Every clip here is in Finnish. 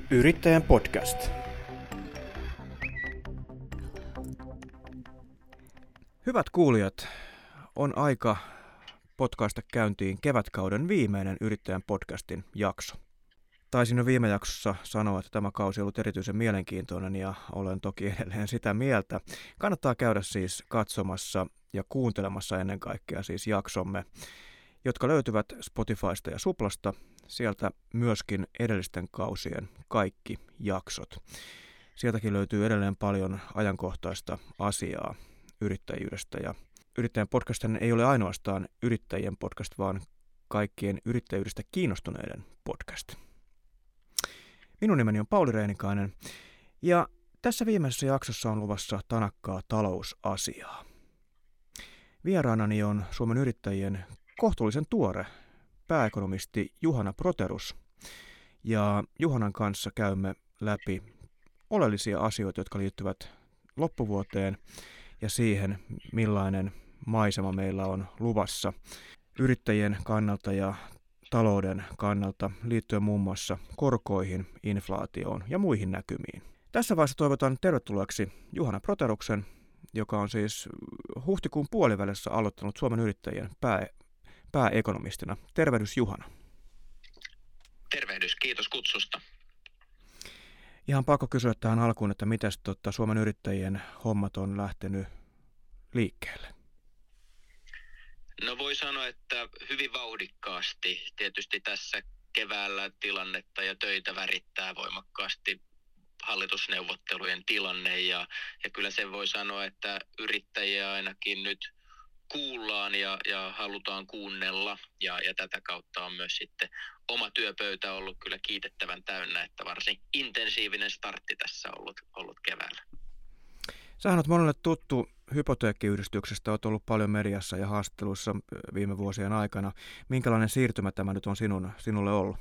Yrittäjän podcast. Hyvät kuulijat, on aika podcaista käyntiin kevätkauden viimeinen Yrittäjän podcastin jakso. Taisin jo viime jaksossa sanoa, että tämä kausi on ollut erityisen mielenkiintoinen ja olen toki edelleen sitä mieltä. Kannattaa käydä siis katsomassa ja kuuntelemassa ennen kaikkea siis jaksomme, jotka löytyvät Spotifysta ja Suplasta. Sieltä myöskin edellisten kausien kaikki jaksot. Sieltäkin löytyy edelleen paljon ajankohtaista asiaa yrittäjyydestä. Ja Yrittäjän podcast ei ole ainoastaan yrittäjien podcast, vaan kaikkien yrittäjyydestä kiinnostuneiden podcast. Minun nimeni on Pauli Reinikainen ja tässä viimeisessä jaksossa on luvassa tanakkaa talousasiaa. Vieraanani on Suomen Yrittäjien kohtuullisen tuore pääekonomisti Juhana Proterus. Ja Juhanan kanssa käymme läpi oleellisia asioita, jotka liittyvät loppuvuoteen ja siihen, millainen maisema meillä on luvassa yrittäjien kannalta ja talouden kannalta liittyen muun muassa korkoihin, inflaatioon ja muihin näkymiin. Tässä vaiheessa toivotan tervetulleeksi Juhana Proteruksen, joka on siis huhtikuun puolivälissä aloittanut Suomen Yrittäjien pääekonomistina. Tervehdys Juhana. Tervehdys, kiitos kutsusta. Ihan pakko kysyä tähän alkuun, että miten Suomen Yrittäjien hommat on lähtenyt liikkeelle? No voi sanoa, että hyvin vauhdikkaasti. Tietysti tässä keväällä tilannetta ja töitä värittää voimakkaasti hallitusneuvottelujen tilanne ja kyllä sen voi sanoa, että yrittäjiä ainakin nyt kuullaan ja halutaan kuunnella ja tätä kautta on myös sitten oma työpöytä ollut kyllä kiitettävän täynnä, että varsin intensiivinen startti tässä ollut keväällä. Sähän olet monelle tuttu hypoteekkiyhdistyksestä, olet ollut paljon mediassa ja haastatteluissa viime vuosien aikana. Minkälainen siirtymä tämä nyt on sinulle ollut?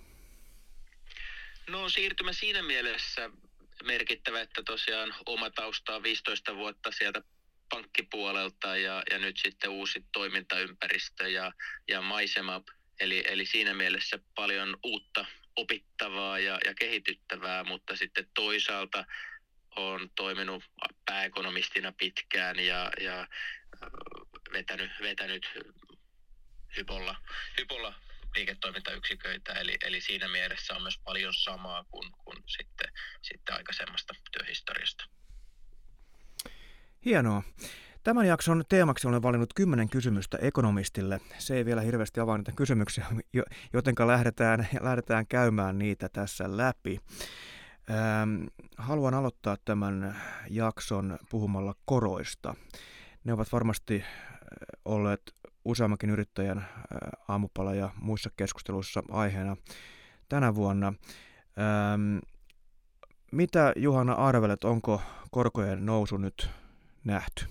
No siirtymä siinä mielessä merkittävä, että tosiaan oma tausta on 15 vuotta sieltä pankkipuolelta ja nyt sitten uusi toimintaympäristö ja maisema. Eli siinä mielessä paljon uutta opittavaa ja kehityttävää, mutta sitten toisaalta olen toiminut pääekonomistina pitkään ja vetänyt Hypolla liiketoimintayksiköitä, eli siinä mielessä on myös paljon samaa kuin sitten aikaisemmasta työhistoriasta. Hienoa. Tämän jakson teemaksi olen valinnut 10 kysymystä ekonomistille. Se ei vielä hirveästi avaa niitä kysymyksiä, jotenka lähdetään käymään niitä tässä läpi. Haluan aloittaa tämän jakson puhumalla koroista. Ne ovat varmasti olleet useammankin yrittäjän aamupala ja muissa keskusteluissa aiheena tänä vuonna. Mitä Juhana arvelet, onko korkojen nousu nyt nähty?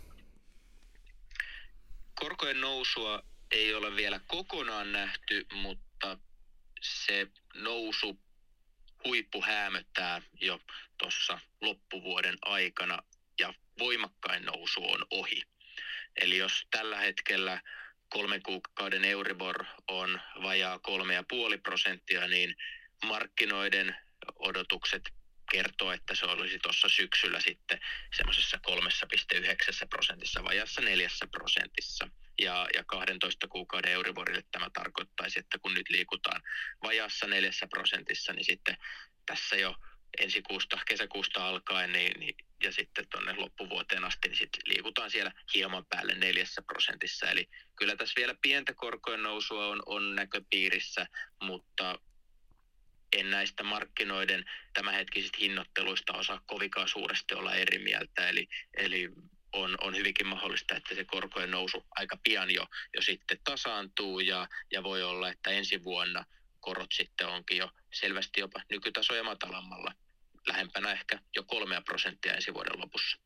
Korkojen nousua ei ole vielä kokonaan nähty, mutta se nousu huippu häämöttää jo tuossa loppuvuoden aikana ja voimakkain nousu on ohi. Eli jos tällä hetkellä 3 kuukauden Euribor on vajaa 3,5%, niin markkinoiden odotukset kertoo, että se olisi tuossa syksyllä sitten semmoisessa 3,9%, vajaassa 4%. Ja 12 kuukauden Euriborille tämä tarkoittaisi, että kun nyt liikutaan vajaassa 4%, niin sitten tässä jo kesäkuusta alkaen ja sitten tuonne loppuvuoteen asti, niin sitten liikutaan siellä hieman päälle 4%. Eli kyllä tässä vielä pientä korkojen nousua on näköpiirissä, mutta en näistä markkinoiden tämänhetkisistä hinnoitteluista osaa kovinkaan suuresti olla eri mieltä. Eli on hyvinkin mahdollista, että se korkojen nousu aika pian jo sitten tasaantuu ja voi olla, että ensi vuonna korot sitten onkin jo selvästi jopa nykytasoja matalammalla, lähempänä ehkä jo 3% ensi vuoden lopussa.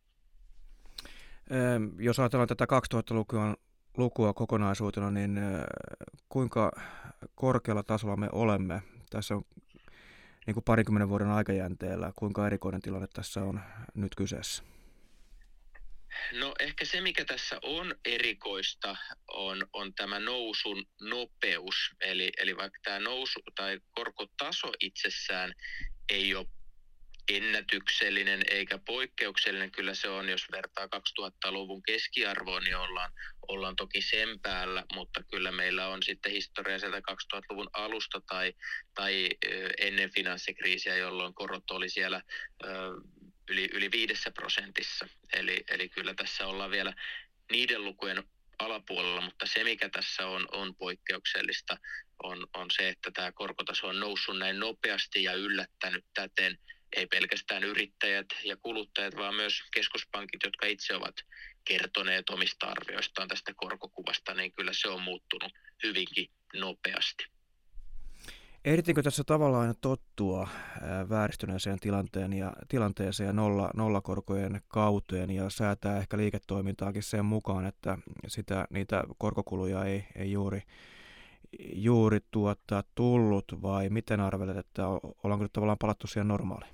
Jos ajatellaan tätä 2000-lukua kokonaisuutena, niin kuinka korkealla tasolla me olemme? Tässä on niin kuin 20 vuoden aikajänteellä. Kuinka erikoinen tilanne tässä on nyt kyseessä? No ehkä se, mikä tässä on erikoista, on tämä nousun nopeus. Eli vaikka tämä nousu tai korkotaso itsessään ei ole ennätyksellinen eikä poikkeuksellinen. Kyllä se on, jos vertaa 2000-luvun keskiarvoon, niin ollaan toki sen päällä, mutta kyllä meillä on sitten historia sieltä 2000-luvun alusta tai ennen finanssikriisiä, jolloin korot oli siellä yli 5%. Eli kyllä tässä ollaan vielä niiden lukujen alapuolella, mutta se mikä tässä on poikkeuksellista on se, että tämä korkotaso on noussut näin nopeasti ja yllättänyt täten ei pelkästään yrittäjät ja kuluttajat, vaan myös keskuspankit, jotka itse ovat kertoneet omista arvioistaan tästä korkokuvasta, niin kyllä se on muuttunut hyvinkin nopeasti. Ehdittiinkö tässä tavallaan tottua vääristyneeseen tilanteeseen ja nollakorkojen kauteen ja säätää ehkä liiketoimintaakin sen mukaan, että niitä korkokuluja ei juuri tullut, vai miten arvelet, että ollaanko nyt tavallaan palattu siihen normaaliin?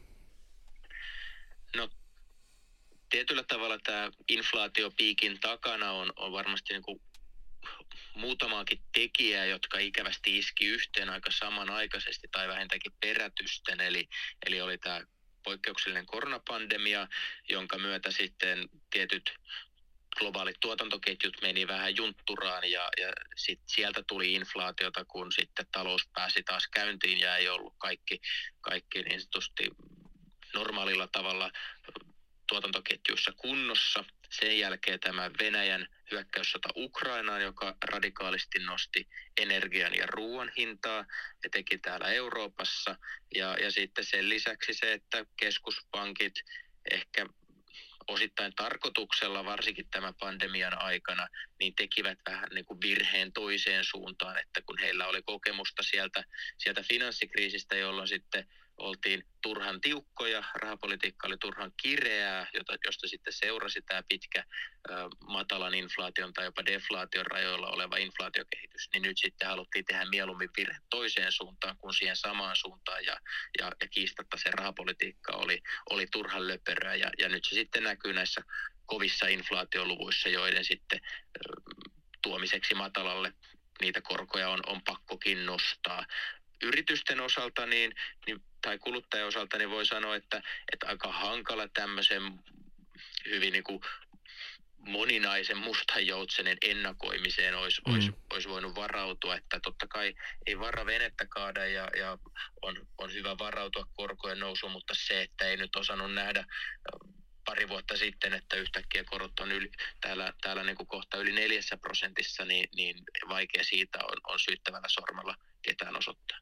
No, tietyllä tavalla tämä inflaatiopiikin takana on varmasti niin kuin muutamaakin tekijää, jotka ikävästi iski yhteen aika samanaikaisesti tai vähintäänkin perätysten. Eli oli tämä poikkeuksellinen koronapandemia, jonka myötä sitten tietyt globaalit tuotantoketjut meni vähän juntturaan ja sitten sieltä tuli inflaatiota, kun sitten talous pääsi taas käyntiin ja ei ollut kaikki niin sanotusti normaalilla tavalla tuotantoketjuissa kunnossa. Sen jälkeen tämä Venäjän hyökkäyssota Ukrainaan, joka radikaalisti nosti energian ja ruoan hintaa, etenkin täällä Euroopassa. Ja sitten sen lisäksi se, että keskuspankit ehkä osittain tarkoituksella, varsinkin tämän pandemian aikana, niin tekivät vähän niin kuin virheen toiseen suuntaan, että kun heillä oli kokemusta sieltä finanssikriisistä, jolloin sitten oltiin turhan tiukkoja, rahapolitiikka oli turhan kireää, josta sitten seurasi tämä pitkä matalan inflaation tai jopa deflaation rajoilla oleva inflaatiokehitys, niin nyt sitten haluttiin tehdä mieluummin virhe toiseen suuntaan kuin siihen samaan suuntaan, ja kiistatta se rahapolitiikka oli turhan löperöä, ja nyt se sitten näkyy näissä kovissa inflaatioluvuissa, joiden sitten tuomiseksi matalalle niitä korkoja on pakkokin nostaa. Yritysten osalta tai kuluttajan osalta niin voi sanoa, että aika hankala tämmöisen hyvin niin kuin moninaisen mustanjoutsenen ennakoimiseen olisi voinut varautua, että totta kai ei vara venettä kaada ja on hyvä varautua korkojen nousuun, mutta se, että ei nyt osannut nähdä pari vuotta sitten, että yhtäkkiä korot on täällä niin kuin kohta yli 4%, niin vaikea siitä on syyttävällä sormella ketään osoittaa.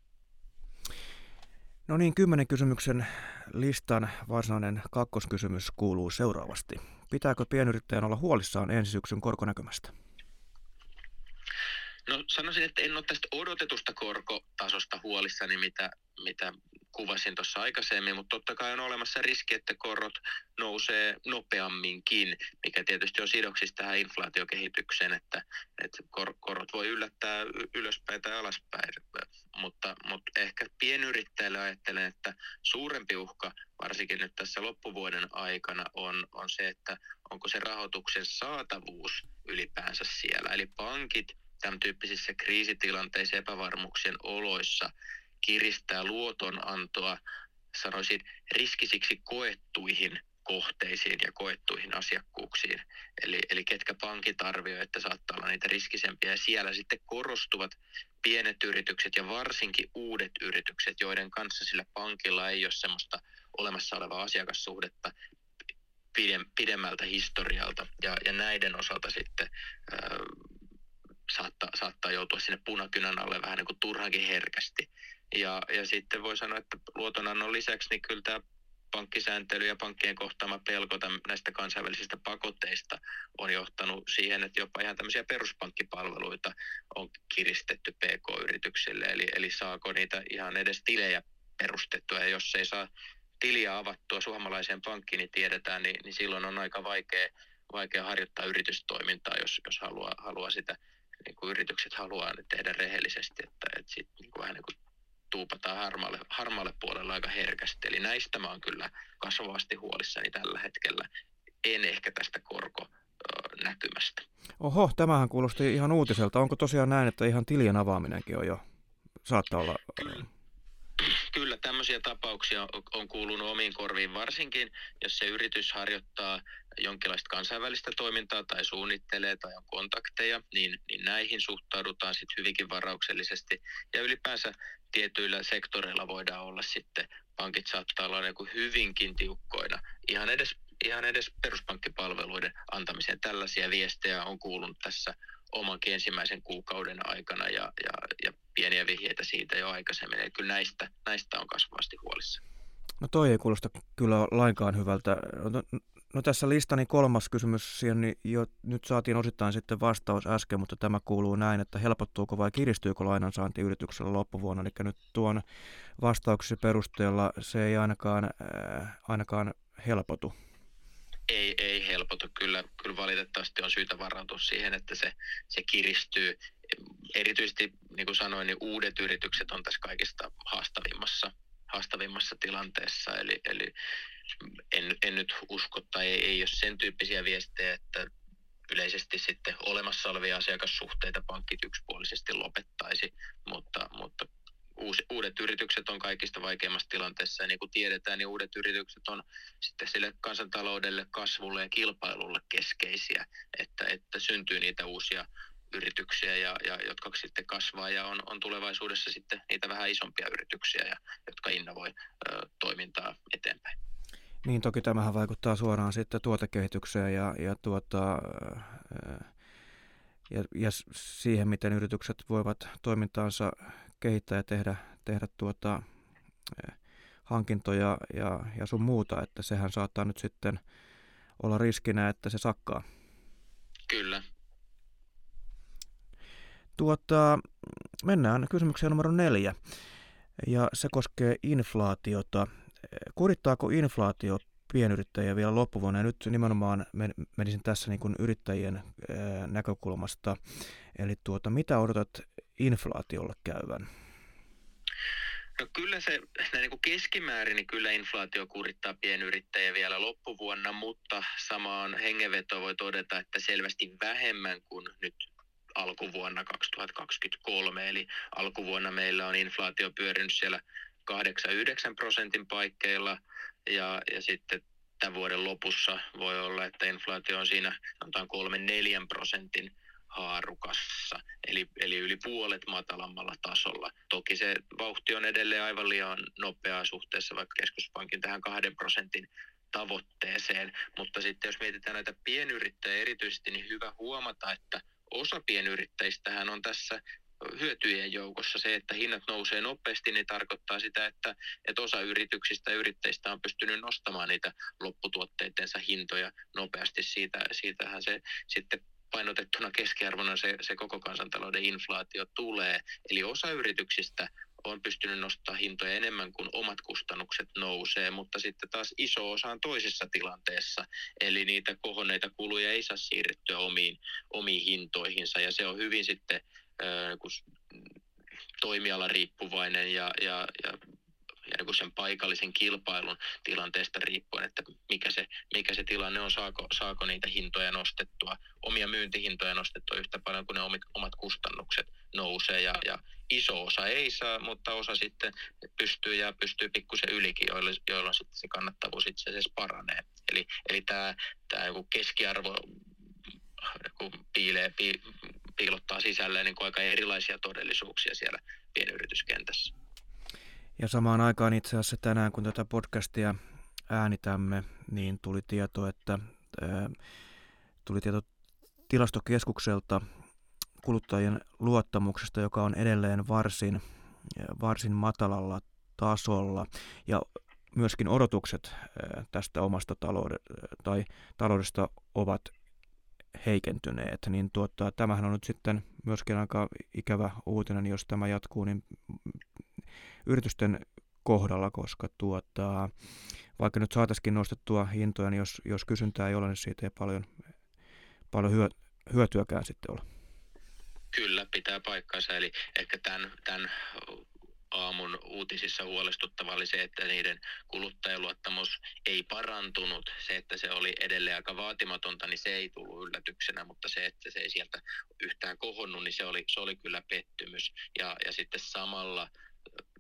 No niin, 10 kysymyksen listan varsinainen kakkoskysymys kuuluu seuraavasti. Pitääkö pienyrittäjän olla huolissaan ensi syksyn korkonäkymästä? No sanoisin, että en ole tästä odotetusta korkotasosta huolissani, mitä kuvasin tuossa aikaisemmin, mutta totta kai on olemassa riski, että korot nousee nopeamminkin, mikä tietysti on sidoksissa tähän inflaatiokehitykseen, että korot voi yllättää ylöspäin tai alaspäin, mutta ehkä pienyrittäjälle ajattelen, että suurempi uhka, varsinkin nyt tässä loppuvuoden aikana, on se, että onko se rahoituksen saatavuus ylipäänsä siellä, eli pankit tämän tyyppisissä kriisitilanteissa epävarmuuksien oloissa kiristää luotonantoa, sanoisin, riskisiksi koettuihin kohteisiin ja koettuihin asiakkuuksiin. Eli ketkä pankit arvioivat, että saattaa olla niitä riskisempiä. Ja siellä sitten korostuvat pienet yritykset ja varsinkin uudet yritykset, joiden kanssa sillä pankilla ei ole semmoista olemassa olevaa asiakassuhdetta pidemmältä historialta. Ja näiden osalta sitten saattaa joutua sinne punakynän alle vähän niin kuin turhankin herkästi. Ja sitten voi sanoa, että luotonannon lisäksi niin kyllä tämä pankkisääntely ja pankkien kohtaama pelko näistä kansainvälisistä pakotteista on johtanut siihen, että jopa ihan tämmöisiä peruspankkipalveluita on kiristetty PK-yrityksille, eli saako niitä ihan edes tilejä perustettua, ja jos ei saa tiliä avattua suomalaiseen pankkiin, niin tiedetään, niin silloin on aika vaikea harjoittaa yritystoimintaa, jos haluaa sitä, niin kuin yritykset haluaa tehdä rehellisesti, että sitten niin vähän niin kuin tuupataan harmaalle puolelle aika herkästi. Eli näistä mä oon kyllä kasvavasti huolissani tällä hetkellä. En ehkä tästä korkonäkymästä. Oho, tämähän kuulosti ihan uutiselta. Onko tosiaan näin, että ihan tilien avaaminenkin on jo, saattaa olla? kyllä tämmöisiä tapauksia on kuulunut omiin korviin, varsinkin jos se yritys harjoittaa jonkinlaista kansainvälistä toimintaa tai suunnittelee tai on kontakteja, niin näihin suhtaudutaan sitten hyvinkin varauksellisesti. Ja ylipäänsä tietyillä sektoreilla voidaan olla sitten, pankit saattaa olla niin kuin hyvinkin tiukkoina ihan edes peruspankkipalveluiden antamiseen. Tällaisia viestejä on kuulunut tässä omankin ensimmäisen kuukauden aikana ja pieniä vihjeitä siitä jo aikaisemmin. Eli kyllä näistä on kasvavasti huolissa. No toi ei kuulosta kyllä lainkaan hyvältä. No tässä listani 3. kysymys, siihen niin jo nyt saatiin osittain sitten vastaus äsken, mutta tämä kuuluu näin, että helpottuuko vai kiristyykö lainansaanti yrityksellä loppuvuonna? Eli nyt tuon vastauksen perusteella se ei ainakaan helpotu. Ei helpotu. Kyllä valitettavasti on syytä varautua siihen, että se kiristyy. Erityisesti, niin kuin sanoin, niin uudet yritykset on tässä kaikista haastavimmassa tilanteessa. Eli en nyt usko tai ei ole sen tyyppisiä viestejä, että yleisesti sitten olemassa olevia asiakassuhteita pankkit yksipuolisesti lopettaisi, mutta uudet yritykset on kaikista vaikeimmassa tilanteessa, ja niin kuin tiedetään, niin uudet yritykset on sitten sille kansantaloudelle, kasvulle ja kilpailulle keskeisiä, että syntyy niitä uusia yrityksiä, jotka sitten kasvaa, ja on tulevaisuudessa sitten niitä vähän isompia yrityksiä, jotka innovoi toimintaa eteenpäin. Niin, toki tämähän vaikuttaa suoraan sitten tuotekehitykseen ja siihen, miten yritykset voivat toimintaansa kehittää ja tehdä hankintoja ja sun muuta, että sehän saattaa nyt sitten olla riskinä, että se sakkaa. Kyllä. Mennään kysymykseen numero 4, ja se koskee inflaatiota. Kurittaako inflaatio pienyrittäjiä vielä loppuvuonna? Ja nyt nimenomaan menisin tässä niin kuin yrittäjien näkökulmasta. Eli mitä odotat inflaatiolle käyvän? No kyllä se näin niin kuin keskimäärin, niin kyllä inflaatio kurittaa pienyrittäjiä vielä loppuvuonna, mutta samaan hengenvetoon voi todeta, että selvästi vähemmän kuin nyt alkuvuonna 2023. Eli alkuvuonna meillä on inflaatio pyörinyt siellä 8-9% paikkeilla ja sitten tämän vuoden lopussa voi olla, että inflaatio on siinä 3-4% haarukassa, eli yli puolet matalammalla tasolla. Toki se vauhti on edelleen aivan liian nopeaa suhteessa vaikka keskuspankin tähän 2% tavoitteeseen, mutta sitten jos mietitään näitä pienyrittäjiä erityisesti, niin hyvä huomata, että osa pienyrittäjistähän on tässä hyötyjien joukossa. Se, että hinnat nousee nopeasti, niin tarkoittaa sitä, että osa yrityksistä ja yrittäjistä on pystynyt nostamaan niitä lopputuotteidensa hintoja nopeasti. Siitähän se sitten painotettuna keskiarvona se koko kansantalouden inflaatio tulee. Eli osa yrityksistä on pystynyt nostamaan hintoja enemmän kuin omat kustannukset nousee, mutta sitten taas iso osa on toisessa tilanteessa. Eli niitä kohonneita kuluja ei saa siirrettyä omiin hintoihinsa, ja se on hyvin sitten toimiala riippuvainen ja niin kuin sen paikallisen kilpailun tilanteesta riippuen, että mikä se tilanne on, saako niitä hintoja nostettua, omia myyntihintoja nostettua yhtä paljon kuin ne omat kustannukset nousee, ja iso osa ei saa, mutta osa sitten pystyy pikkusen ylikin, jolloin sitten se kannattavuus itse asiassa paranee. Eli tämä keskiarvo piilottaa sisälleen niin aika erilaisia todellisuuksia siellä pienyrityskentässä. Ja samaan aikaan itse asiassa tänään, kun tätä podcastia äänitämme, niin tuli tieto Tilastokeskukselta kuluttajien luottamuksesta, joka on edelleen varsin matalalla tasolla. Ja myöskin odotukset tästä omasta taloudesta ovat heikentyneet, niin tämähän on nyt sitten myöskin aika ikävä uutinen, jos tämä jatkuu, niin yritysten kohdalla, koska vaikka nyt saataisiin nostettua hintoja, niin jos kysyntää ei ole, niin siitä ei paljon hyötyäkään sitten ole. Kyllä, pitää paikkansa, eli ehkä tämän aamun uutisissa huolestuttava oli se, että niiden kuluttajaluottamus ei parantunut. Se, että se oli edelleen aika vaatimatonta, niin se ei tullut yllätyksenä, mutta se, että se ei sieltä yhtään kohonnut, niin se oli kyllä pettymys. Ja sitten samalla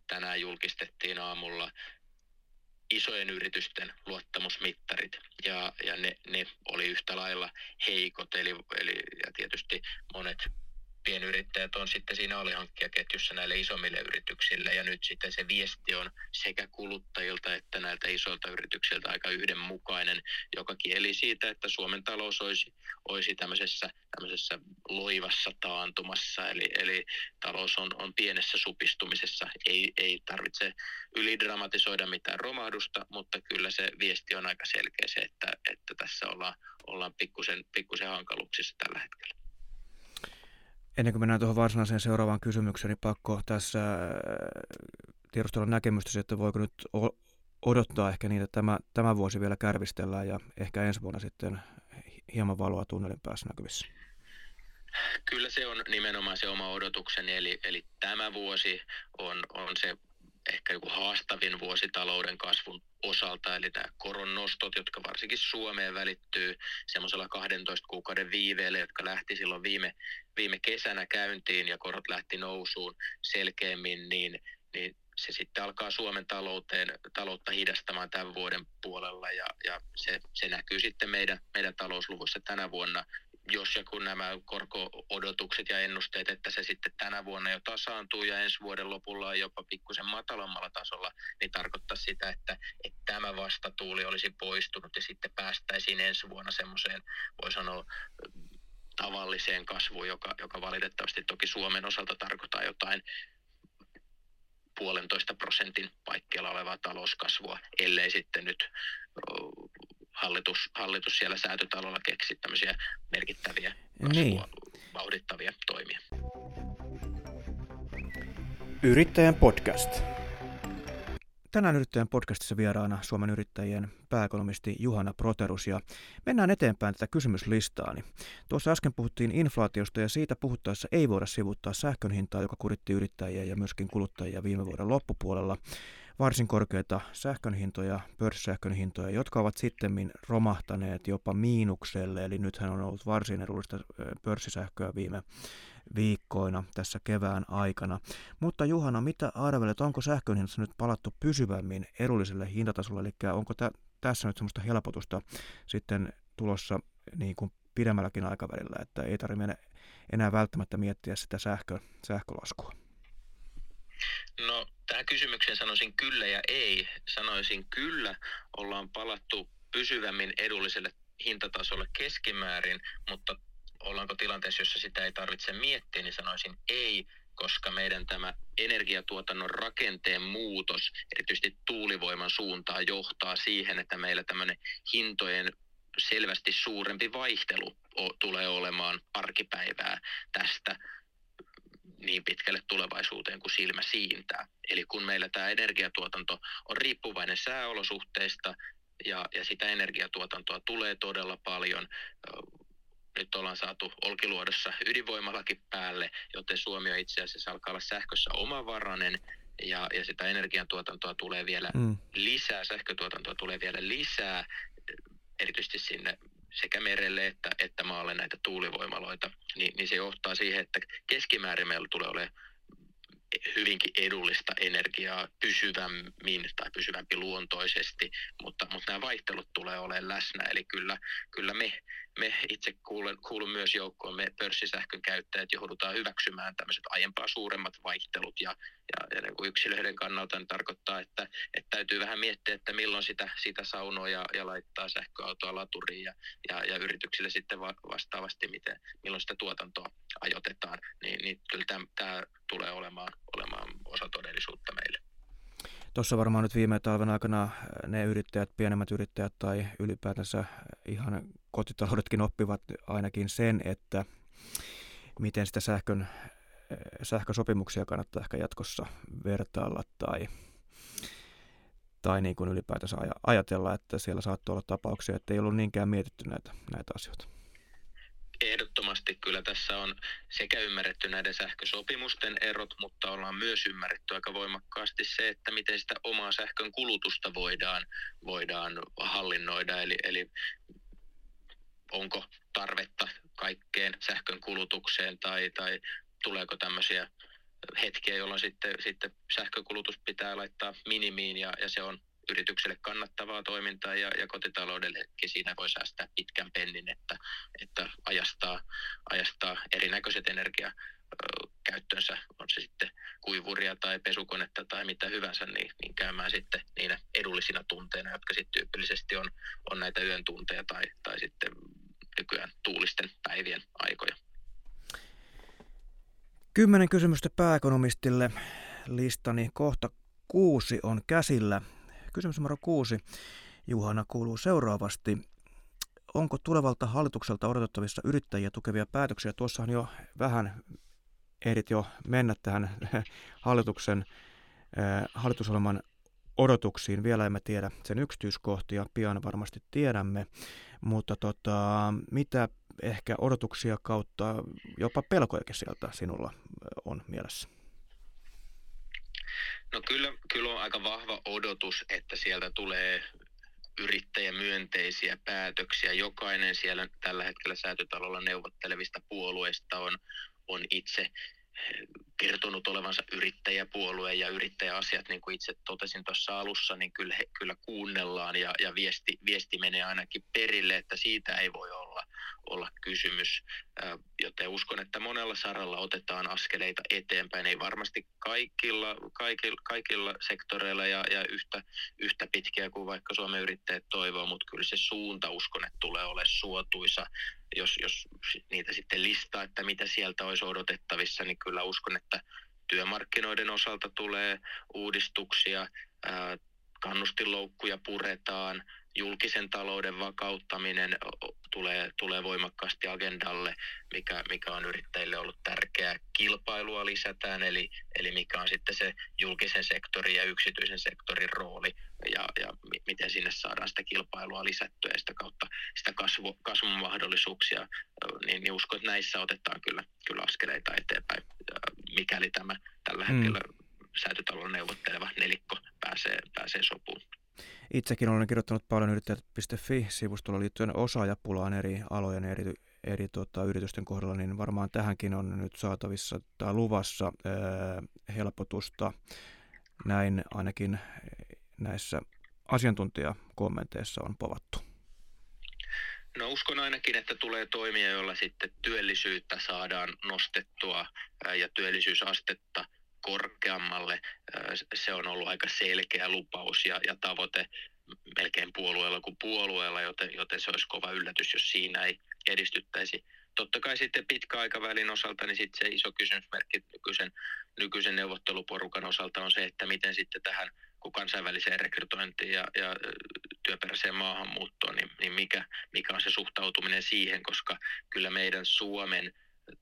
tänään julkistettiin aamulla isojen yritysten luottamusmittarit, ja ne oli yhtä lailla heikot, ja tietysti monet pienyrittäjät on sitten siinä alihankkijaketjussa näille isommille yrityksille, ja nyt sitten se viesti on sekä kuluttajilta että näiltä isoilta yrityksiltä aika yhdenmukainen, joka kieli siitä, että Suomen talous olisi tämmöisessä loivassa taantumassa, eli talous on pienessä supistumisessa. Ei tarvitse ylidramatisoida mitään romahdusta, mutta kyllä se viesti on aika selkeä se, että tässä ollaan pikkusen hankaluuksissa tällä hetkellä. Ennen kuin mennään tuohon varsinaiseen seuraavaan kysymykseen, niin pakko tässä tiedustella näkemystäsi, että voiko nyt odottaa ehkä niin, että tämä vuosi vielä kärvistellään ja ehkä ensi vuonna sitten hieman valoa tunnelin päässä näkyvissä? Kyllä se on nimenomaan se oma odotukseni, eli tämä vuosi on se ehkä joku haastavin vuosi talouden kasvun osalta, eli nämä koronnostot, jotka varsinkin Suomeen välittyy semmoisella 12 kuukauden viiveellä, jotka lähti silloin viime kesänä käyntiin ja korot lähti nousuun selkeämmin, niin se sitten alkaa Suomen taloutta hidastamaan tämän vuoden puolella, ja se näkyy sitten meidän talousluvuissa tänä vuonna, jos ja kun nämä korko-odotukset ja ennusteet, että se sitten tänä vuonna jo tasaantuu ja ensi vuoden lopulla on jopa pikkusen matalammalla tasolla, niin tarkoittaa sitä, että tämä vastatuuli olisi poistunut ja sitten päästäisiin ensi vuonna semmoiseen, voi sanoa, tavalliseen kasvuun, joka valitettavasti toki Suomen osalta tarkoittaa jotain 1,5% paikkeilla olevaa talouskasvua, ellei sitten nyt hallitus siellä Säätytalolla keksi tämmöisiä merkittäviä kasvua vauhdittavia toimia. Yrittäjän podcast. Tänään Yrittäjän podcastissa vieraana Suomen yrittäjien pääekonomisti Juhana Proterus, ja mennään eteenpäin tätä kysymyslistaani. Tuossa äsken puhuttiin inflaatiosta, ja siitä puhuttaessa ei voida sivuuttaa sähkön hintaa, joka kuritti yrittäjiä ja myöskin kuluttajia viime vuoden loppupuolella. Varsin korkeita sähkön hintoja, pörssisähkön hintoja, jotka ovat sittemmin romahtaneet jopa miinukselle, eli nythän on ollut varsin edullista pörssisähköä viime viikkoina tässä kevään aikana. Mutta Juhana, mitä arvelet, onko sähkön hinnassa nyt palattu pysyvämmin edulliselle hintatasolle, eli onko tässä nyt semmoista helpotusta sitten tulossa niin kuin pidemmälläkin aikavälillä, että ei tarvitse enää välttämättä miettiä sitä sähkölaskua? No, tähän kysymykseen sanoisin kyllä ja ei. Sanoisin kyllä, ollaan palattu pysyvämmin edulliselle hintatasolle keskimäärin, mutta ollaanko tilanteessa, jossa sitä ei tarvitse miettiä, niin sanoisin ei, koska meidän tämä energiatuotannon rakenteen muutos, erityisesti tuulivoiman suuntaan, johtaa siihen, että meillä tämmöinen hintojen selvästi suurempi vaihtelu tulee olemaan arkipäivää tästä niin pitkälle tulevaisuuteen kuin silmä siintää. Eli kun meillä tämä energiatuotanto on riippuvainen sääolosuhteista ja sitä energiatuotantoa tulee todella paljon, nyt ollaan saatu Olkiluodossa ydinvoimalakin päälle, joten Suomi on itse asiassa alkaa olla sähkössä omavarainen ja sitä energiantuotantoa tulee vielä lisää, sähkötuotantoa tulee vielä lisää, erityisesti sinne sekä merelle että maalle näitä tuulivoimaloita, niin se johtaa siihen, että keskimäärin meillä tulee olemaan hyvinkin edullista energiaa pysyvämmin tai pysyvämpi luontoisesti, mutta nämä vaihtelut tulee olemaan läsnä, eli kyllä me itse kuulun myös joukkoon, me pörssisähkön käyttäjät joudutaan hyväksymään tämmöiset aiempaa suuremmat vaihtelut ja niin kuin yksilöiden kannalta niin tarkoittaa, että täytyy vähän miettiä, että milloin sitä saunoa ja laittaa sähköautoa laturiin ja yrityksille sitten vastaavasti, milloin sitä tuotantoa ajoitetaan, niin kyllä tämä tulee olemaan osa todellisuutta meille. Tuossa varmaan nyt viime talven aikana ne yrittäjät, pienemmät yrittäjät tai ylipäätänsä ihan kotitaloudetkin oppivat ainakin sen, että miten sitä sähkösopimuksia kannattaa ehkä jatkossa vertailla tai niin kuin ylipäätänsä ajatella, että siellä saattoi olla tapauksia, että ei ollut niinkään mietitty näitä asioita. Ehdottomasti kyllä tässä on sekä ymmärretty näiden sähkösopimusten erot, mutta ollaan myös ymmärretty aika voimakkaasti se, että miten sitä omaa sähkön kulutusta voidaan hallinnoida, eli onko tarvetta kaikkeen sähkön kulutukseen tai tuleeko tämmöisiä hetkiä, jolloin sitten sähkökulutus pitää laittaa minimiin ja se on yritykselle kannattavaa toimintaa ja kotitaloudellekin siinä voi säästää pitkän pennin, että ajastaa erinäköiset energiakäyttönsä, on se sitten kuivuria tai pesukonetta tai mitä hyvänsä, niin käymään sitten niinä edullisina tunteina, jotka sitten tyypillisesti on näitä yön tunteja tai sitten nykyään tuulisten päivien aikoja. 10 kysymystä pääekonomistille. Listani kohta 6 on käsillä. Kysymys numero 6, Juhana, kuuluu seuraavasti. Onko tulevalta hallitukselta odotettavissa yrittäjiä tukevia päätöksiä? Tuossahan jo vähän ehdit jo mennä tähän hallitusohjelman odotuksiin. Vielä emme tiedä sen yksityiskohtia, pian varmasti tiedämme, mutta mitä ehkä odotuksia kautta jopa pelkojakin sieltä sinulla on mielessä? No kyllä on aika vahva odotus, että sieltä tulee yrittäjämyönteisiä päätöksiä. Jokainen siellä tällä hetkellä Säätytalolla neuvottelevista puolueista on itse kertonut olevansa yrittäjäpuolue ja yrittäjäasiat, niin kuin itse totesin tuossa alussa, niin kyllä kuunnellaan ja viesti menee ainakin perille, että siitä ei voi olla kysymys. Joten uskon, että monella saralla otetaan askeleita eteenpäin, ei varmasti kaikilla sektoreilla ja yhtä pitkiä kuin vaikka Suomen yrittäjät toivoo, mutta kyllä se suunta uskon, että tulee olemaan suotuisa. Jos niitä sitten listaa, että mitä sieltä olisi odotettavissa, niin kyllä uskon, että työmarkkinoiden osalta tulee uudistuksia, kannustinloukkuja puretaan, julkisen talouden vakauttaminen tulee voimakkaasti agendalle, mikä on yrittäjille ollut tärkeää. Kilpailua lisätään, eli mikä on sitten se julkisen sektorin ja yksityisen sektorin rooli ja miten sinne saadaan sitä kilpailua lisättyä ja sitä kautta sitä kasvun mahdollisuuksia, niin uskon, että näissä otetaan kyllä askeleita eteenpäin, mikäli tämä tällä hetkellä Säätytalon neuvotteleva nelikko pääsee sopuun. Itsekin olen kirjoittanut paljon yrittäjät.fi-sivustolla liittyen osaajapulaan eri alojen eri yritysten kohdalla, niin varmaan tähänkin on nyt saatavissa tai luvassa helpotusta. Näin ainakin näissä asiantuntijakommenteissa on povattu. No uskon ainakin, että tulee toimia, joilla sitten työllisyyttä saadaan nostettua ja työllisyysastetta korkeammalle. Se on ollut aika selkeä lupaus ja tavoite melkein puolueella kuin puolueella, joten se olisi kova yllätys, jos siinä ei edistyttäisi. Totta kai sitten pitkäaikavälin osalta, niin sitten se iso kysymysmerkki nykyisen neuvotteluporukan osalta on se, että miten sitten tähän kun kansainväliseen rekrytointiin ja työperäiseen maahanmuuttoon, niin mikä on se suhtautuminen siihen, koska kyllä meidän Suomen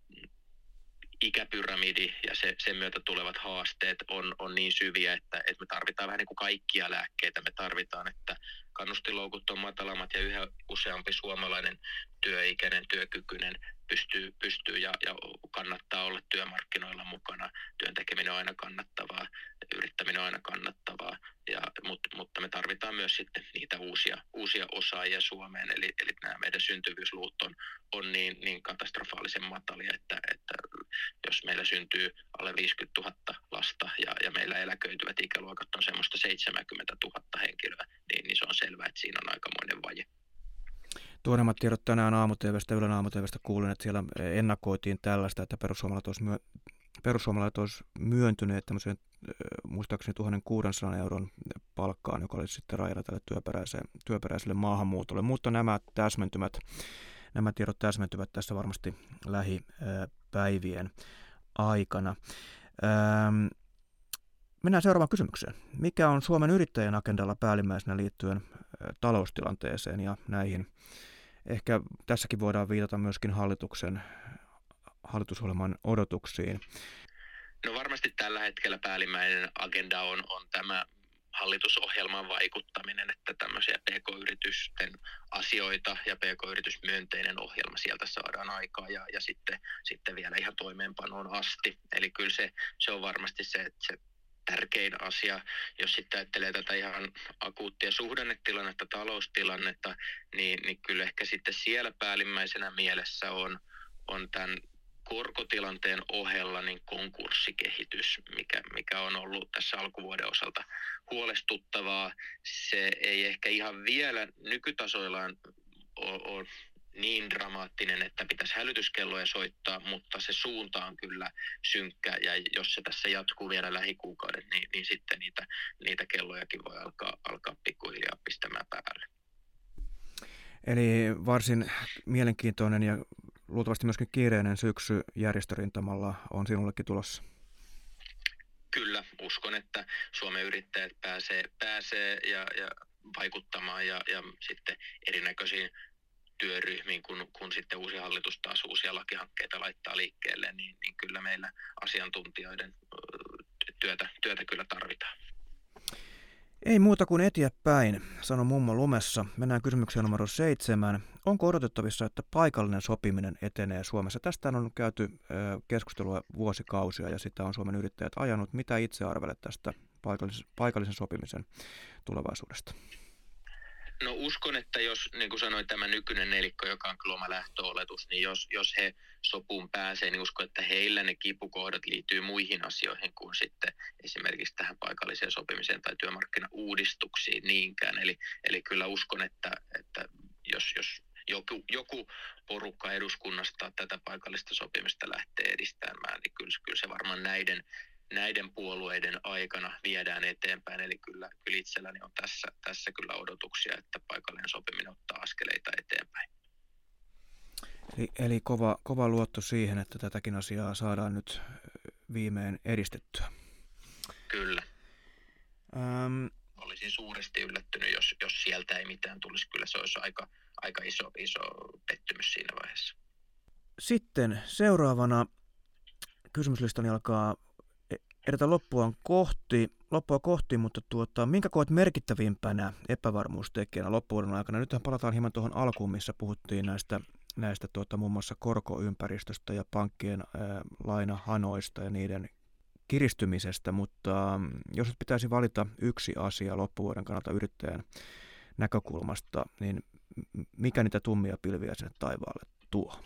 ikäpyramidi ja sen myötä tulevat haasteet on niin syviä, että me tarvitaan vähän niin kuin kaikkia lääkkeitä. Me tarvitaan, että kannustinloukut on matalammat ja yhä useampi suomalainen työikäinen, työkykyinen pystyy ja kannattaa olla työmarkkinoilla mukana. Työn tekeminen on aina kannattavaa, yrittäminen on aina kannattavaa, mutta me tarvitaan myös sitten niitä uusia osaajia Suomeen. Eli nämä meidän syntyvyysluvut on niin katastrofaalisen matalia, että jos meillä syntyy alle 50 000 lasta ja meillä eläköityvät ikäluokat on semmoista 70 000 henkilöä, niin se on selvää, että siinä on aikamoinen vaje. Tuoreimmat tiedot tänään Ylen aamu-tv:stä kuulin, että siellä ennakoitiin tällaista, että perussuomalaiset olisi myöntyneet tämmöiseen muistaakseni 1 600 euron palkkaan, joka olisi sitten rajana tälle työperäiselle maahanmuutolle. Mutta nämä tiedot täsmentyvät tässä varmasti lähipäivien aikana. Mennään seuraavaan kysymykseen. Mikä on Suomen yrittäjän agendalla päällimmäisenä liittyen taloustilanteeseen ja näihin? Ehkä tässäkin voidaan viitata myöskin hallitusohjelman odotuksiin. No varmasti tällä hetkellä päällimmäinen agenda on tämä hallitusohjelman vaikuttaminen, että tämmöisiä PK-yritysten asioita ja PK-yritysmyönteinen ohjelma sieltä saadaan aikaa ja sitten vielä ihan toimeenpanoon asti. Eli kyllä se on varmasti se tärkein asia, jos sitten ajattelee tätä ihan akuuttia suhdannetilannetta, taloustilannetta, niin kyllä ehkä sitten siellä päällimmäisenä mielessä on tämän korkotilanteen ohella niin konkurssikehitys, mikä on ollut tässä alkuvuoden osalta huolestuttavaa. Se ei ehkä ihan vielä nykytasoillaan ole niin dramaattinen, että pitäisi hälytyskelloja soittaa, mutta se suunta on kyllä synkkä, ja jos se tässä jatkuu vielä lähikuukaudet, niin sitten niitä kellojakin voi alkaa pikkuhiljaa pistämään päälle. Eli varsin mielenkiintoinen ja luultavasti myöskin kiireinen syksy järjestörintamalla on sinullekin tulossa. Kyllä, uskon, että Suomen yrittäjät pääsee ja vaikuttamaan ja sitten erinäköisiin työryhmiin, kun sitten uusi hallitus taas uusia lakihankkeita laittaa liikkeelle, niin kyllä meillä asiantuntijoiden työtä kyllä tarvitaan. Ei muuta kuin eteenpäin, sanoi mummo lumessa. Mennään kysymykseen numero 7. Onko odotettavissa, että paikallinen sopiminen etenee Suomessa? Tästä on käyty keskustelua vuosikausia ja sitä on Suomen yrittäjät ajanut. Mitä itse arvelet tästä paikallisen sopimisen tulevaisuudesta? No uskon, että jos, niin kuin sanoin, tämä nykyinen nelikko, joka on kyllä oma lähtöoletus, niin jos he sopuun pääsee, niin uskon, että heillä ne kipukohdat liittyy muihin asioihin kuin sitten esimerkiksi tähän paikalliseen sopimiseen tai työmarkkinauudistuksiin niinkään. Eli kyllä uskon, että jos joku porukka eduskunnasta tätä paikallista sopimista lähtee edistämään, niin kyllä se varmaan näiden puolueiden aikana viedään eteenpäin. Eli kyllä itselläni on tässä kyllä odotuksia, että paikallinen sopiminen ottaa askeleita eteenpäin. Eli kova luotto siihen, että tätäkin asiaa saadaan nyt viimein edistettyä. Kyllä. Olisin suuresti yllättynyt, jos sieltä ei mitään tulisi. Kyllä se olisi aika iso pettymys siinä vaiheessa. Sitten seuraavana kysymyslistani alkaa edetä loppua kohti, mutta minkä koet merkittävimpänä epävarmuustekijänä loppuvuoden aikana? Nythän palataan hieman tuohon alkuun, missä puhuttiin näistä muun muassa korkoympäristöstä ja pankkien lainahanoista ja niiden kiristymisestä, mutta jos nyt pitäisi valita yksi asia loppuvuoden kannalta yrittäjän näkökulmasta, niin mikä niitä tummia pilviä sinne taivaalle tuo?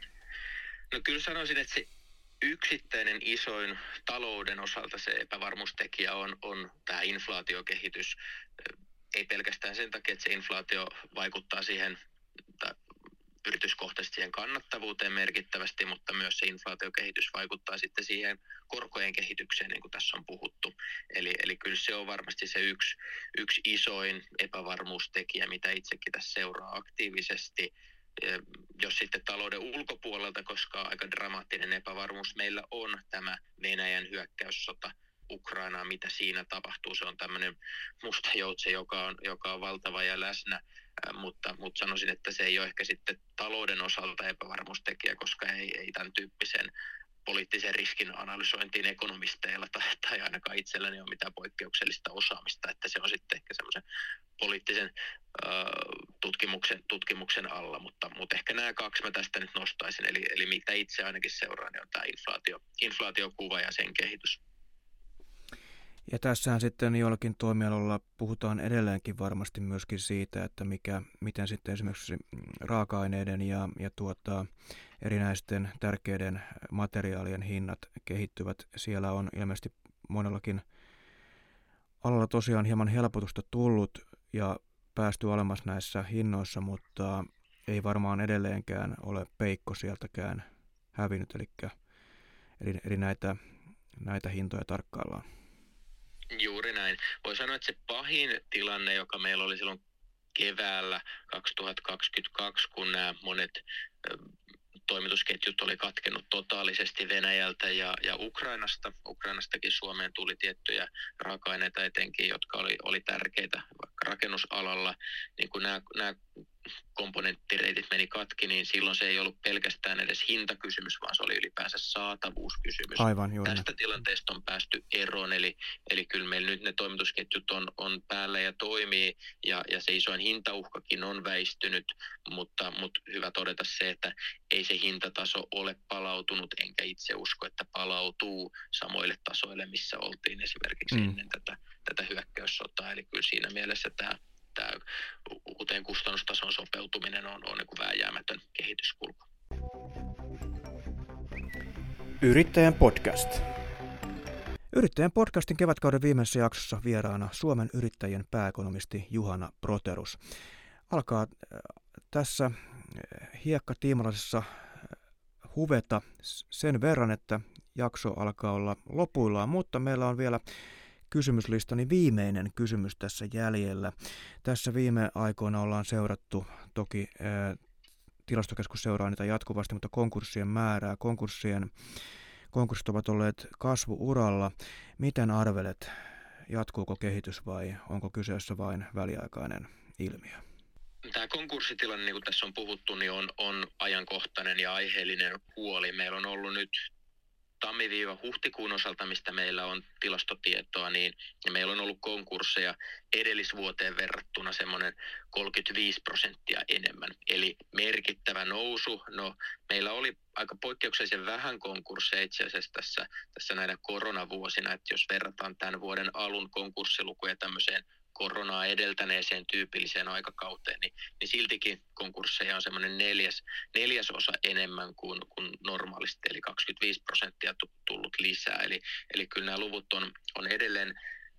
No kyllä sanoisin, että se yksittäinen isoin talouden osalta se epävarmuustekijä on tämä inflaatiokehitys. Ei pelkästään sen takia, että se inflaatio vaikuttaa siihen yrityskohtaisesti siihen kannattavuuteen merkittävästi, mutta myös se inflaatiokehitys vaikuttaa sitten siihen korkojen kehitykseen, niin kuin tässä on puhuttu. Eli kyllä se on varmasti se yksi isoin epävarmuustekijä, mitä itsekin tässä seuraa aktiivisesti. Jos sitten talouden ulkopuolelta, koska aika dramaattinen epävarmuus meillä on tämä Venäjän hyökkäyssota Ukrainaan, mitä siinä tapahtuu. Se on tämmöinen musta joutse, joka on valtava ja läsnä, mutta sanoisin, että se ei ole ehkä sitten talouden osalta epävarmuustekijä, koska ei tämän tyyppisen poliittisen riskin analysointiin ekonomisteilla tai ainakaan itselläni ole mitään poikkeuksellista osaamista, että se on sitten ehkä semmoisen poliittisen tutkimuksen alla, mutta ehkä nämä kaksi mä tästä nyt nostaisin, eli mitä itse ainakin seuraan, niin on tämä inflaatiokuva ja sen kehitys. Ja tässähän sitten jollakin toimialalla puhutaan edelleenkin varmasti myöskin siitä, että miten sitten esimerkiksi raaka-aineiden ja erinäisten tärkeiden materiaalien hinnat kehittyvät. Siellä on ilmeisesti monellakin alalla tosiaan hieman helpotusta tullut ja päästy alemmas näissä hinnoissa, mutta ei varmaan edelleenkään ole peikko sieltäkään hävinnyt, eli näitä hintoja tarkkaillaan. Juuri näin. Voi sanoa, että se pahin tilanne, joka meillä oli silloin keväällä 2022, kun nämä monet toimitusketjut oli katkennut totaalisesti Venäjältä ja Ukrainasta. Ukrainastakin Suomeen tuli tiettyjä raaka-aineita etenkin, jotka oli tärkeitä vaikka rakennusalalla. Niin kun nämä komponenttireitit meni katki, niin silloin se ei ollut pelkästään edes hintakysymys, vaan se oli ylipäänsä saatavuuskysymys. Aivan, juuri. Tästä tilanteesta on päästy eroon, eli kyllä meillä nyt ne toimitusketjut on päällä ja toimii, ja se isoin hintauhkakin on väistynyt, mutta hyvä todeta se, että ei se hintataso ole palautunut, enkä itse usko, että palautuu samoille tasoille, missä oltiin esimerkiksi ennen tätä hyökkäyssotaa, eli kyllä siinä mielessä tämä uuteen kustannustason sopeutuminen on niin kuin vääjäämätön kehityskulku. Yrittäjän podcast. Yrittäjän podcastin kevätkauden viimeisessä jaksossa vieraana Suomen yrittäjien pääekonomisti Juhana Proterus. Alkaa tässä hiekkatiimalaisessa huveta sen verran, että jakso alkaa olla lopuillaan, mutta meillä on vielä kysymyslistani viimeinen kysymys tässä jäljellä. Tässä viime aikoina ollaan seurattu, toki Tilastokeskus seuraa niitä jatkuvasti, mutta konkurssien määrää, konkurssit ovat olleet kasvu-uralla. Miten arvelet, jatkuuko kehitys vai onko kyseessä vain väliaikainen ilmiö? Tämä konkurssitilanne, niin kuin tässä on puhuttu, niin on ajankohtainen ja aiheellinen huoli. Meillä on ollut nyt tammi-huhtikuun osalta, mistä meillä on tilastotietoa, niin meillä on ollut konkursseja edellisvuoteen verrattuna semmoinen 35% enemmän. Eli merkittävä nousu. No, meillä oli aika poikkeuksellisen vähän konkursseja itse asiassa tässä näinä koronavuosina, että jos verrataan tämän vuoden alun konkurssilukuja tämmöiseen koronaa edeltäneeseen tyypilliseen aikakauteen, niin siltikin konkursseja on semmoinen neljäsosa enemmän kuin normaalisti, eli 25% tullut lisää. Eli kyllä nämä luvut on edelleen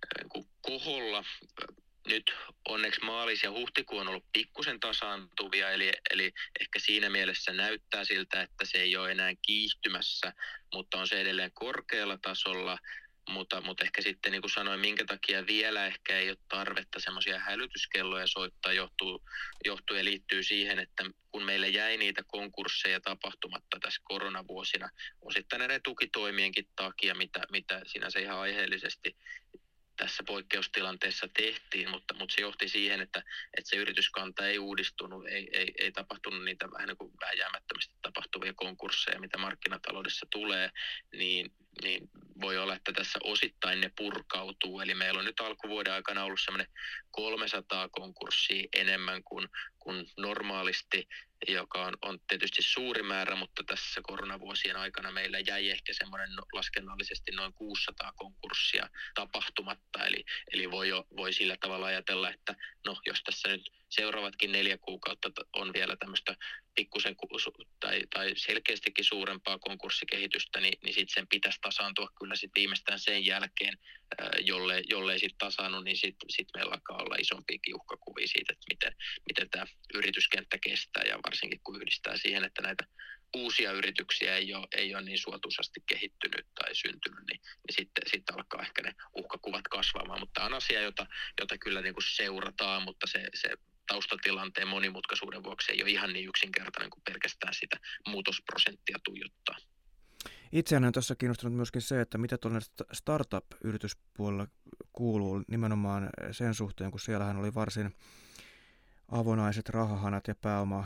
koholla. Nyt onneksi maalis- ja huhtikuu on ollut pikkusen tasaantuvia, eli ehkä siinä mielessä näyttää siltä, että se ei ole enää kiihtymässä, mutta on se edelleen korkealla tasolla. Mutta ehkä sitten, niin kuin sanoin, minkä takia vielä ehkä ei ole tarvetta semmoisia hälytyskelloja soittaa, johtuu ja liittyy siihen, että kun meillä jäi niitä konkursseja tapahtumatta tässä koronavuosina, osittain näiden tukitoimienkin takia, mitä sinänsä ihan aiheellisesti tässä poikkeustilanteessa tehtiin, mutta se johti siihen, että se yrityskanta ei uudistunut, ei tapahtunut niitä vähän niin kuin vääjäämättömästi tapahtuvia konkursseja, mitä markkinataloudessa tulee, niin voi olla, että tässä osittain ne purkautuu. Eli meillä on nyt alkuvuoden aikana ollut semmoinen 300 konkurssia enemmän kuin normaalisti, joka on tietysti suuri määrä, mutta tässä koronavuosien aikana meillä jäi ehkä semmoinen laskennallisesti noin 600 konkurssia tapahtumatta. Eli voi sillä tavalla ajatella, että no, jos tässä nyt seuraavatkin 4 kuukautta on vielä tämmöistä pikkusen tai selkeästikin suurempaa konkurssikehitystä, niin sitten sen pitäisi tasaantua kyllä sitten viimeistään sen jälkeen, jollei sitten tasaannu, niin sit meillä alkaa olla isompiakin uhkakuvia siitä, että miten tämä yrityskenttä kestää, ja varsinkin kun yhdistää siihen, että näitä uusia yrityksiä ei ole niin suotuisasti kehittynyt tai syntynyt, niin sitten alkaa ehkä ne uhkakuvat kasvamaan. Mutta tämä on asia, jota kyllä niin kuin seurataan, mutta se taustatilanteen monimutkaisuuden vuoksi ei ole ihan niin yksinkertainen kuin pelkästään sitä muutosprosenttia tuijottaa. Itseäni on tässä kiinnostunut myöskin se, että mitä tuolla startup-yrityspuolella kuuluu nimenomaan sen suhteen, kun siellähän oli varsin avonaiset rahahanat ja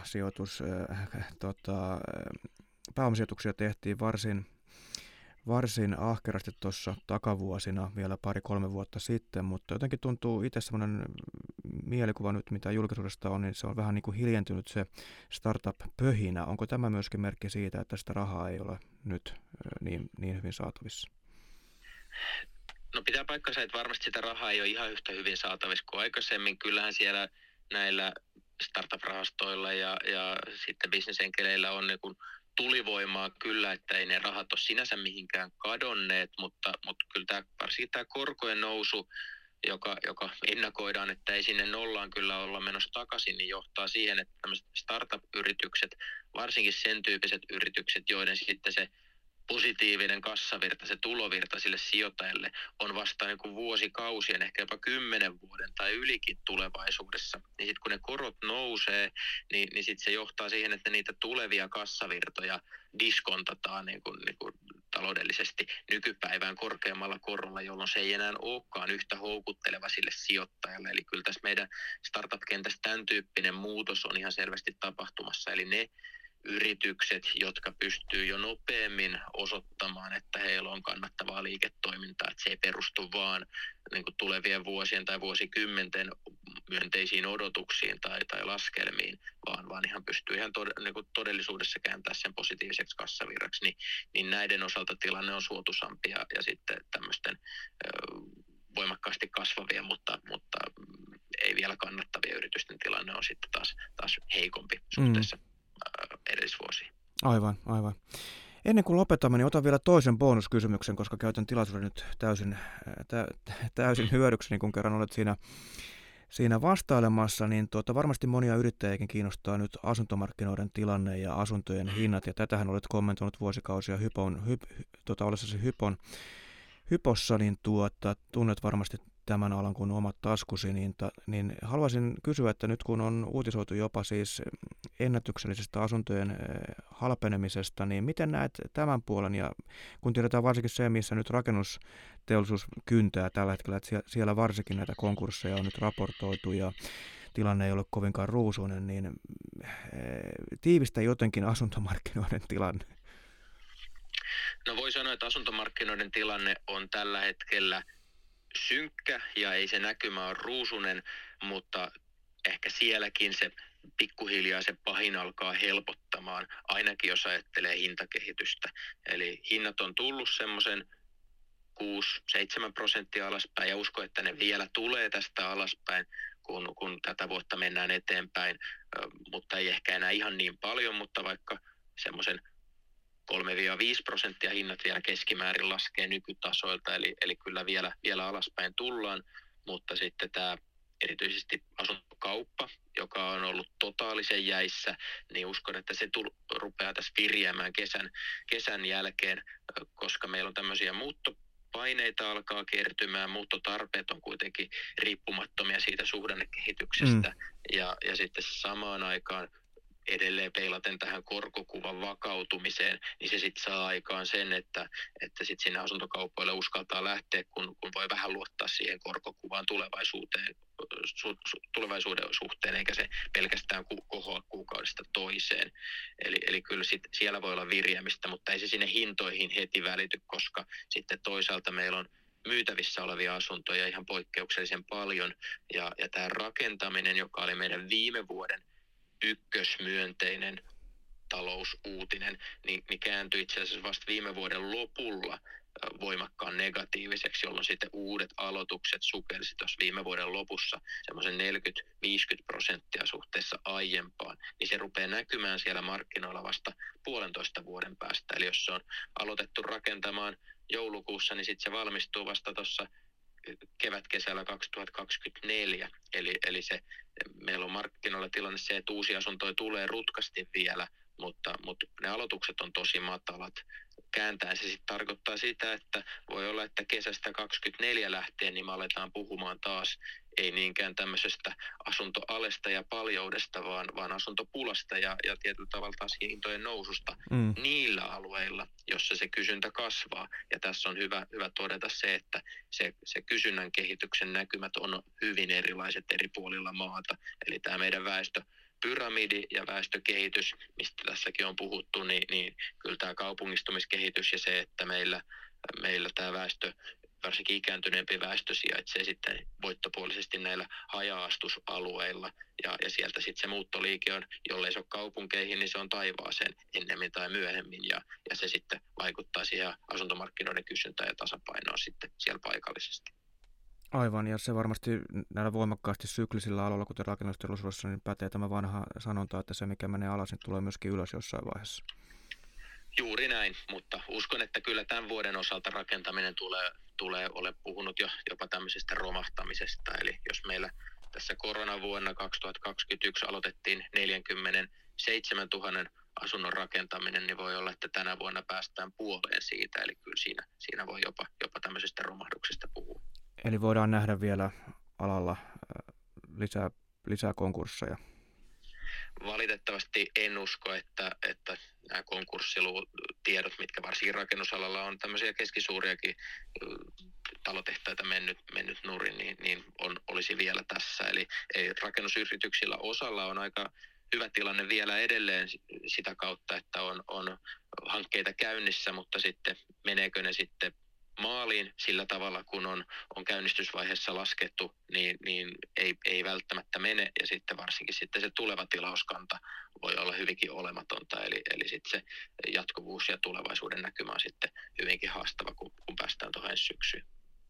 pääomasijoituksia tehtiin varsin ahkerasti tuossa takavuosina, vielä 2-3 vuotta sitten, mutta jotenkin tuntuu itse semmoinen mielikuva nyt, mitä julkisuudesta on, niin se on vähän niin kuin hiljentynyt se startup-pöhinä. Onko tämä myöskin merkki siitä, että sitä rahaa ei ole nyt niin hyvin saatavissa? No, pitää paikkansa, että varmasti sitä rahaa ei ole ihan yhtä hyvin saatavissa kuin aikaisemmin. Kyllähän siellä näillä startup-rahastoilla ja sitten bisnesenkeleillä on niin kuin tulivoimaa kyllä, että ei ne rahat ole sinänsä mihinkään kadonneet, mutta kyllä varsinkin tämä korkojen nousu, joka ennakoidaan, että ei sinne nollaan kyllä olla menossa takaisin, niin johtaa siihen, että tämmöiset startup-yritykset, varsinkin sen tyyppiset yritykset, joiden sitten se positiivinen kassavirta, se tulovirta sille sijoittajalle on vasta niin kuin vuosikausien, ehkä jopa 10 vuoden tai ylikin tulevaisuudessa. Niin sitten kun ne korot nousee, niin sitten se johtaa siihen, että niitä tulevia kassavirtoja diskontataan niin kuin taloudellisesti nykypäivään korkeammalla korolla, jolloin se ei enää olekaan yhtä houkutteleva sille sijoittajalle. Eli kyllä tässä meidän startup-kentässä tämän tyyppinen muutos on ihan selvästi tapahtumassa. Eli ne yritykset, jotka pystyy jo nopeammin osoittamaan, että heillä on kannattavaa liiketoimintaa, että se ei perustu vaan niin kuin tulevien vuosien tai vuosikymmenten myönteisiin odotuksiin tai laskelmiin, vaan ihan pystyy ihan niin kuin todellisuudessa kääntämään sen positiiviseksi kassavirraksi, niin näiden osalta tilanne on suotuisampi ja sitten tämmöisten voimakkaasti kasvavia, mutta ei vielä kannattavia yritysten tilanne on sitten taas heikompi suhteessa edellisvuosiin. Aivan. Ennen kuin lopetamme, niin otan vielä toisen bonuskysymyksen, koska käytän tilaisuuden nyt täysin hyödykseni, kun kerran olet siinä vastailemassa, niin varmasti monia yrittäjiäkin kiinnostaa nyt asuntomarkkinoiden tilanne ja asuntojen hinnat, ja tätähän olet kommentoinut vuosikausia ollessasi Hypossa, niin tunnet varmasti tämän alan kuin omat taskusi, niin haluaisin kysyä, että nyt kun on uutisoitu jopa siis ennätyksellisestä asuntojen halpenemisesta, niin miten näet tämän puolen, ja kun tiedetään varsinkin se, missä nyt rakennusteollisuus kyntää tällä hetkellä, että siellä varsinkin näitä konkursseja on nyt raportoitu ja tilanne ei ole kovinkaan ruusuinen, niin tiivistä jotenkin asuntomarkkinoiden tilanne. No voi sanoa, että asuntomarkkinoiden tilanne on tällä hetkellä synkkä ja ei se näkymä ole ruusunen, mutta ehkä sielläkin se pikkuhiljaa se pahin alkaa helpottamaan, ainakin jos ajattelee hintakehitystä. Eli hinnat on tullut semmoisen 6-7% alaspäin ja uskon, että ne vielä tulee tästä alaspäin, kun tätä vuotta mennään eteenpäin, mutta ei ehkä enää ihan niin paljon, mutta vaikka semmoisen 3-5% hinnat vielä keskimäärin laskee nykytasoilta, eli kyllä vielä alaspäin tullaan, mutta sitten tämä erityisesti asuntokauppa, joka on ollut totaalisen jäissä, niin uskon, että se rupeaa tässä viriämään kesän jälkeen, koska meillä on tämmöisiä muuttopaineita alkaa kertymään, muuttotarpeet on kuitenkin riippumattomia siitä suhdannekehityksestä, ja sitten samaan aikaan edelleen peilaten tähän korkokuvan vakautumiseen, niin se sitten saa aikaan sen, että sitten sinne asuntokaupoille uskaltaa lähteä, kun voi vähän luottaa siihen korkokuvaan tulevaisuuden suhteen, eikä se pelkästään kohoa kuukaudesta toiseen. Eli kyllä siellä voi olla virjäämistä, mutta ei se sinne hintoihin heti välity, koska sitten toisaalta meillä on myytävissä olevia asuntoja ihan poikkeuksellisen paljon, ja tämä rakentaminen, joka oli meidän viime vuoden ykkösmyönteinen talousuutinen, niin kääntyi itse asiassa vasta viime vuoden lopulla voimakkaan negatiiviseksi, jolloin sitten uudet aloitukset sukelsi tuossa viime vuoden lopussa semmoisen 40-50% suhteessa aiempaan, niin se rupeaa näkymään siellä markkinoilla vasta 1,5 vuoden päästä. Eli jos se on aloitettu rakentamaan joulukuussa, niin sitten se valmistuu vasta tuossa kevätkesällä 2024, eli se, meillä on markkinoilla tilanne se, että uusia asuntoja tulee rutkasti vielä, mutta ne aloitukset on tosi matalat. Kääntäen se sitten tarkoittaa sitä, että voi olla, että kesästä 2024 lähtien niin me aletaan puhumaan taas ei niinkään tämmöisestä asuntoalesta ja paljoudesta, vaan asuntopulasta ja tietyllä tavalla taas hintojen noususta niillä alueilla, jossa se kysyntä kasvaa. Ja tässä on hyvä todeta se, että se kysynnän kehityksen näkymät on hyvin erilaiset eri puolilla maata. Eli tämä meidän väestöpyramidi ja väestökehitys, mistä tässäkin on puhuttu, niin kyllä tämä kaupungistumiskehitys ja se, että meillä tämä väestö, varsinkin ikääntyneempi väestö sijaitsee sitten voittopuolisesti näillä haja-asutusalueilla ja sieltä sitten se muuttoliike on, jollei se ole kaupunkeihin, niin se on taivaaseen ennemmin tai myöhemmin ja se sitten vaikuttaa siihen asuntomarkkinoiden kysyntään ja tasapainoon sitten siellä paikallisesti. Aivan, ja se varmasti näillä voimakkaasti syklisillä aloilla, kuten rakennusteollisuudessa, niin pätee tämä vanha sanonta, että se mikä menee alas, niin tulee myöskin ylös jossain vaiheessa. Juuri näin, mutta uskon, että kyllä tämän vuoden osalta rakentaminen tulee ole puhunut jo jopa tämmöisestä romahtamisesta. Eli jos meillä tässä koronavuonna 2021 aloitettiin 47 000 asunnon rakentaminen, niin voi olla, että tänä vuonna päästään puoleen siitä. Eli kyllä siinä voi jopa tämmöisestä romahduksesta puhua. Eli voidaan nähdä vielä alalla lisää konkursseja. Valitettavasti en usko, että nämä konkurssilutiedot, mitkä varsinkin rakennusalalla on tämmöisiä keskisuuriakin talotehtaita mennyt nurin, niin olisi vielä tässä. Eli rakennusyrityksillä osalla on aika hyvä tilanne vielä edelleen sitä kautta, että on hankkeita käynnissä, mutta sitten meneekö ne sitten maaliin sillä tavalla, kun on käynnistysvaiheessa laskettu, niin ei välttämättä mene. Ja sitten varsinkin sitten se tuleva tilauskanta voi olla hyvinkin olematonta. Eli sitten se jatkuvuus ja tulevaisuuden näkymä on sitten hyvinkin haastava, kun päästään tuohon ensi syksyyn.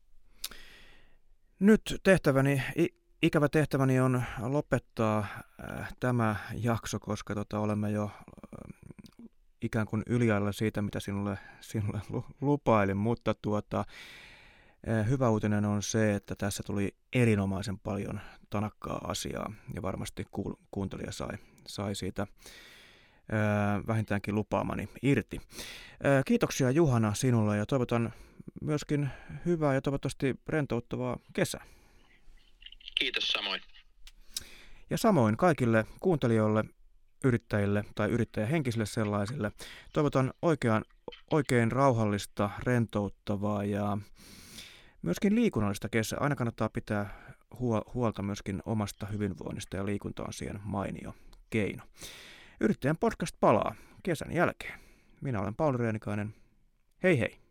Nyt ikävä tehtäväni on lopettaa tämä jakso, koska olemme jo ikään kuin yliailla siitä, mitä sinulle lupailin, mutta hyvä uutinen on se, että tässä tuli erinomaisen paljon tanakkaa asiaa ja varmasti kuuntelija sai siitä vähintäänkin lupaamani irti. Kiitoksia Juhana sinulle ja toivotan myöskin hyvää ja toivottavasti rentouttavaa kesää. Kiitos samoin. Ja samoin kaikille kuuntelijoille, yrittäjille tai yrittäjähenkisille sellaisille toivotan oikein rauhallista, rentouttavaa ja myöskin liikunnallista kesää. Aina kannattaa pitää huolta myöskin omasta hyvinvoinnista ja liikunta on siihen mainio keino. Yrittäjän podcast palaa kesän jälkeen. Minä olen Pauli Reenikainen. Hei hei!